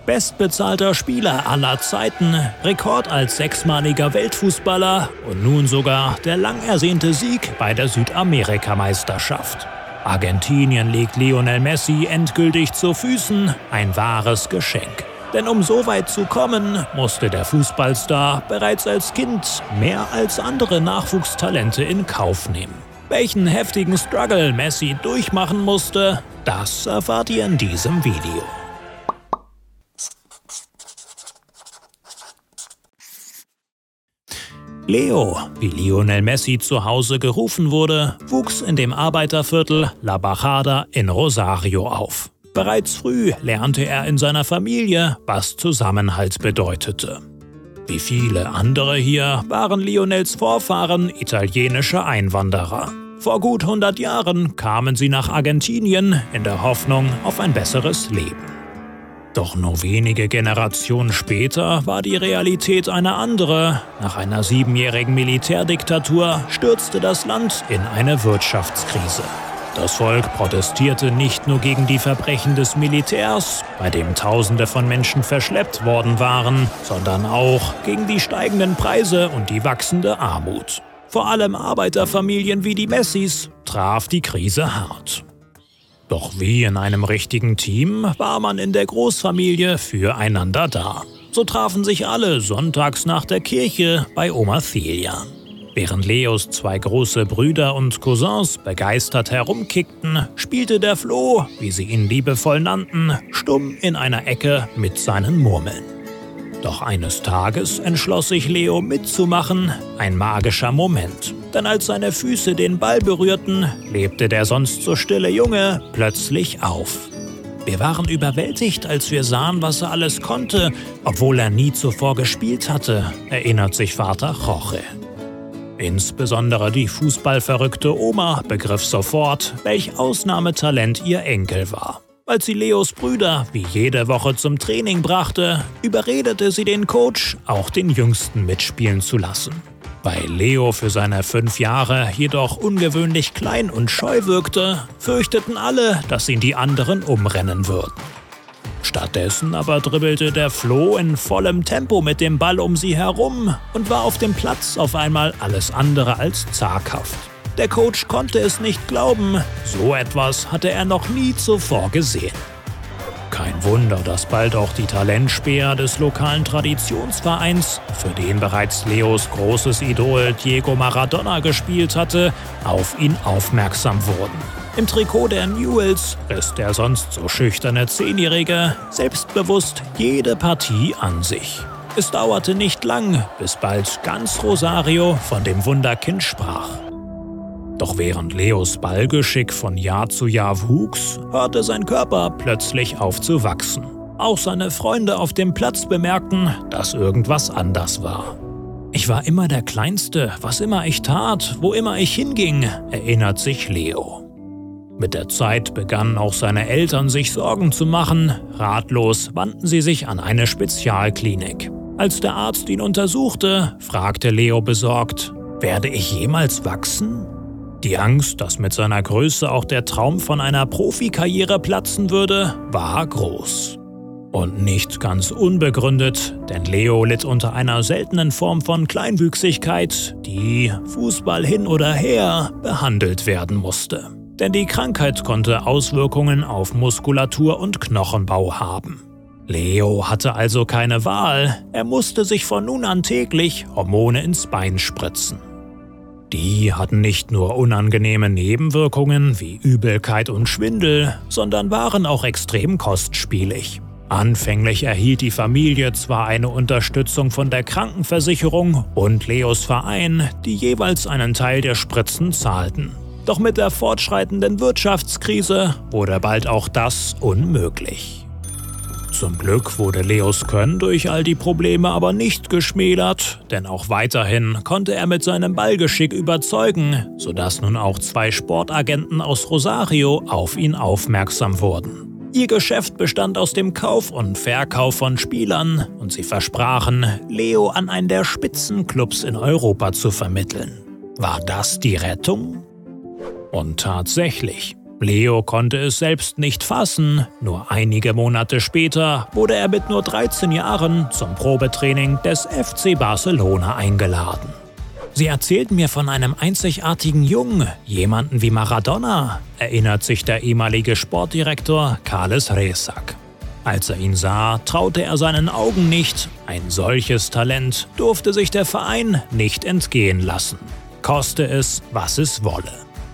Bestbezahlter Spieler aller Zeiten, Rekord als 6-maliger Weltfußballer und nun sogar der lang ersehnte Sieg bei der Südamerikameisterschaft. Argentinien legt Lionel Messi endgültig zu Füßen, ein wahres Geschenk. Denn um so weit zu kommen, musste der Fußballstar bereits als Kind mehr als andere Nachwuchstalente in Kauf nehmen. Welchen heftigen Struggle Messi durchmachen musste, das erfahrt ihr in diesem Video. Leo, wie Lionel Messi zu Hause gerufen wurde, wuchs in dem Arbeiterviertel La Bajada in Rosario auf. Bereits früh lernte er in seiner Familie, was Zusammenhalt bedeutete. Wie viele andere hier waren Lionels Vorfahren italienische Einwanderer. Vor gut 100 Jahren kamen sie nach Argentinien in der Hoffnung auf ein besseres Leben. Doch nur wenige Generationen später war die Realität eine andere. Nach einer 7-jährigen Militärdiktatur stürzte das Land in eine Wirtschaftskrise. Das Volk protestierte nicht nur gegen die Verbrechen des Militärs, bei dem Tausende von Menschen verschleppt worden waren, sondern auch gegen die steigenden Preise und die wachsende Armut. Vor allem Arbeiterfamilien wie die Messis traf die Krise hart. Doch wie in einem richtigen Team war man in der Großfamilie füreinander da. So trafen sich alle sonntags nach der Kirche bei Oma Celia. Während Leos 2 große Brüder und Cousins begeistert herumkickten, spielte der Flo, wie sie ihn liebevoll nannten, stumm in einer Ecke mit seinen Murmeln. Doch eines Tages entschloss sich Leo mitzumachen, ein magischer Moment. Denn als seine Füße den Ball berührten, lebte der sonst so stille Junge plötzlich auf. Wir waren überwältigt, als wir sahen, was er alles konnte, obwohl er nie zuvor gespielt hatte, erinnert sich Vater Jorge. Insbesondere die fußballverrückte Oma begriff sofort, welch Ausnahmetalent ihr Enkel war. Als sie Leos Brüder wie jede Woche zum Training brachte, überredete sie den Coach, auch den Jüngsten mitspielen zu lassen. Weil Leo für seine 5 Jahre jedoch ungewöhnlich klein und scheu wirkte, fürchteten alle, dass ihn die anderen umrennen würden. Stattdessen aber dribbelte der Flo in vollem Tempo mit dem Ball um sie herum und war auf dem Platz auf einmal alles andere als zaghaft. Der Coach konnte es nicht glauben, so etwas hatte er noch nie zuvor gesehen. Kein Wunder, dass bald auch die Talentspäher des lokalen Traditionsvereins, für den bereits Leos großes Idol Diego Maradona gespielt hatte, auf ihn aufmerksam wurden. Im Trikot der Newells riss der sonst so schüchterne 10-Jährige selbstbewusst jede Partie an sich. Es dauerte nicht lang, bis bald ganz Rosario von dem Wunderkind sprach. Doch während Leos Ballgeschick von Jahr zu Jahr wuchs, hörte sein Körper plötzlich auf zu wachsen. Auch seine Freunde auf dem Platz bemerkten, dass irgendwas anders war. Ich war immer der Kleinste, was immer ich tat, wo immer ich hinging, erinnert sich Leo. Mit der Zeit begannen auch seine Eltern sich Sorgen zu machen. Ratlos wandten sie sich an eine Spezialklinik. Als der Arzt ihn untersuchte, fragte Leo besorgt: Werde ich jemals wachsen? Die Angst, dass mit seiner Größe auch der Traum von einer Profikarriere platzen würde, war groß. Und nicht ganz unbegründet, denn Leo litt unter einer seltenen Form von Kleinwüchsigkeit, die, Fußball hin oder her, behandelt werden musste. Denn die Krankheit konnte Auswirkungen auf Muskulatur und Knochenbau haben. Leo hatte also keine Wahl, er musste sich von nun an täglich Hormone ins Bein spritzen. Die hatten nicht nur unangenehme Nebenwirkungen wie Übelkeit und Schwindel, sondern waren auch extrem kostspielig. Anfänglich erhielt die Familie zwar eine Unterstützung von der Krankenversicherung und Leos Verein, die jeweils einen Teil der Spritzen zahlten. Doch mit der fortschreitenden Wirtschaftskrise wurde bald auch das unmöglich. Zum Glück wurde Leos Können durch all die Probleme aber nicht geschmälert, denn auch weiterhin konnte er mit seinem Ballgeschick überzeugen, sodass nun auch 2 Sportagenten aus Rosario auf ihn aufmerksam wurden. Ihr Geschäft bestand aus dem Kauf und Verkauf von Spielern und sie versprachen, Leo an einen der Spitzenclubs in Europa zu vermitteln. War das die Rettung? Und tatsächlich. Leo konnte es selbst nicht fassen. Nur einige Monate später wurde er mit nur 13 Jahren zum Probetraining des FC Barcelona eingeladen. Sie erzählten mir von einem einzigartigen Jungen, jemanden wie Maradona, erinnert sich der ehemalige Sportdirektor Carles Resac. Als er ihn sah, traute er seinen Augen nicht. Ein solches Talent durfte sich der Verein nicht entgehen lassen. Koste es, was es wolle.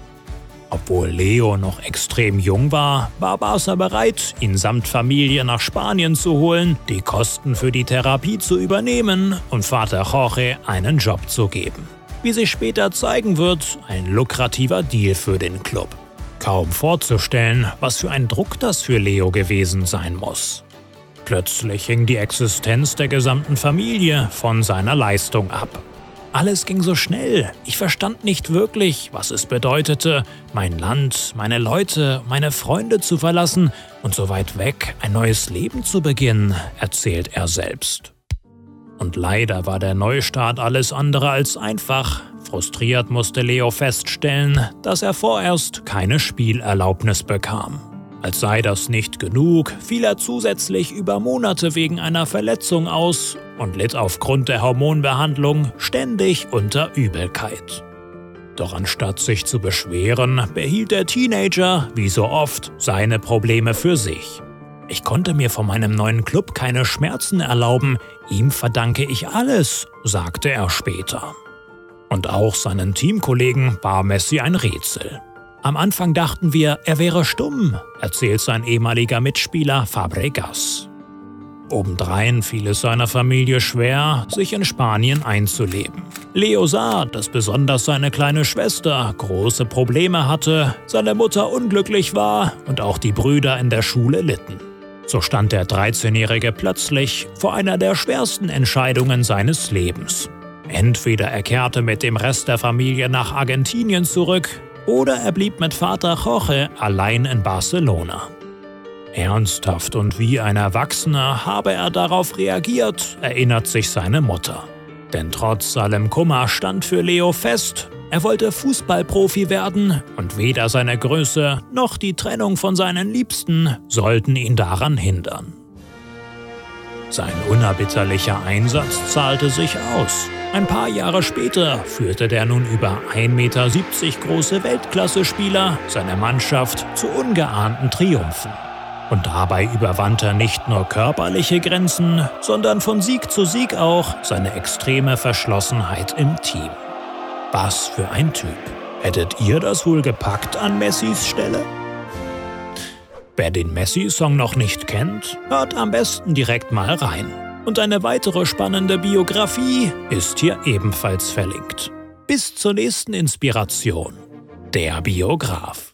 Obwohl Leo noch extrem jung war Barca bereit, ihn samt Familie nach Spanien zu holen, die Kosten für die Therapie zu übernehmen und Vater Jorge einen Job zu geben. Wie sich später zeigen wird, ein lukrativer Deal für den Club. Kaum vorzustellen, was für ein Druck das für Leo gewesen sein muss. Plötzlich hing die Existenz der gesamten Familie von seiner Leistung ab. Alles ging so schnell, ich verstand nicht wirklich, was es bedeutete, mein Land, meine Leute, meine Freunde zu verlassen und so weit weg ein neues Leben zu beginnen, erzählt er selbst. Und leider war der Neustart alles andere als einfach. Frustriert musste Leo feststellen, dass er vorerst keine Spielerlaubnis bekam. Als sei das nicht genug, fiel er zusätzlich über Monate wegen einer Verletzung aus und litt aufgrund der Hormonbehandlung ständig unter Übelkeit. Doch anstatt sich zu beschweren, behielt der Teenager, wie so oft, seine Probleme für sich. Ich konnte mir von meinem neuen Club keine Schmerzen erlauben, ihm verdanke ich alles, sagte er später. Und auch seinen Teamkollegen war Messi ein Rätsel. Am Anfang dachten wir, er wäre stumm, erzählt sein ehemaliger Mitspieler Fabregas. Obendrein fiel es seiner Familie schwer, sich in Spanien einzuleben. Leo sah, dass besonders seine kleine Schwester große Probleme hatte, seine Mutter unglücklich war und auch die Brüder in der Schule litten. So stand der 13-Jährige plötzlich vor einer der schwersten Entscheidungen seines Lebens. Entweder er kehrte mit dem Rest der Familie nach Argentinien zurück, oder er blieb mit Vater Jorge allein in Barcelona. Ernsthaft und wie ein Erwachsener habe er darauf reagiert, erinnert sich seine Mutter. Denn trotz allem Kummer stand für Leo fest, er wollte Fußballprofi werden und weder seine Größe noch die Trennung von seinen Liebsten sollten ihn daran hindern. Sein unerbitterlicher Einsatz zahlte sich aus. Ein paar Jahre später führte der nun über 1,70 Meter große Weltklasse-Spieler seine Mannschaft zu ungeahnten Triumphen. Und dabei überwand er nicht nur körperliche Grenzen, sondern von Sieg zu Sieg auch seine extreme Verschlossenheit im Team. Was für ein Typ. Hättet ihr das wohl gepackt an Messis Stelle? Wer den Messi-Song noch nicht kennt, hört am besten direkt mal rein. Und eine weitere spannende Biografie ist hier ebenfalls verlinkt. Bis zur nächsten Inspiration. Der Biograf.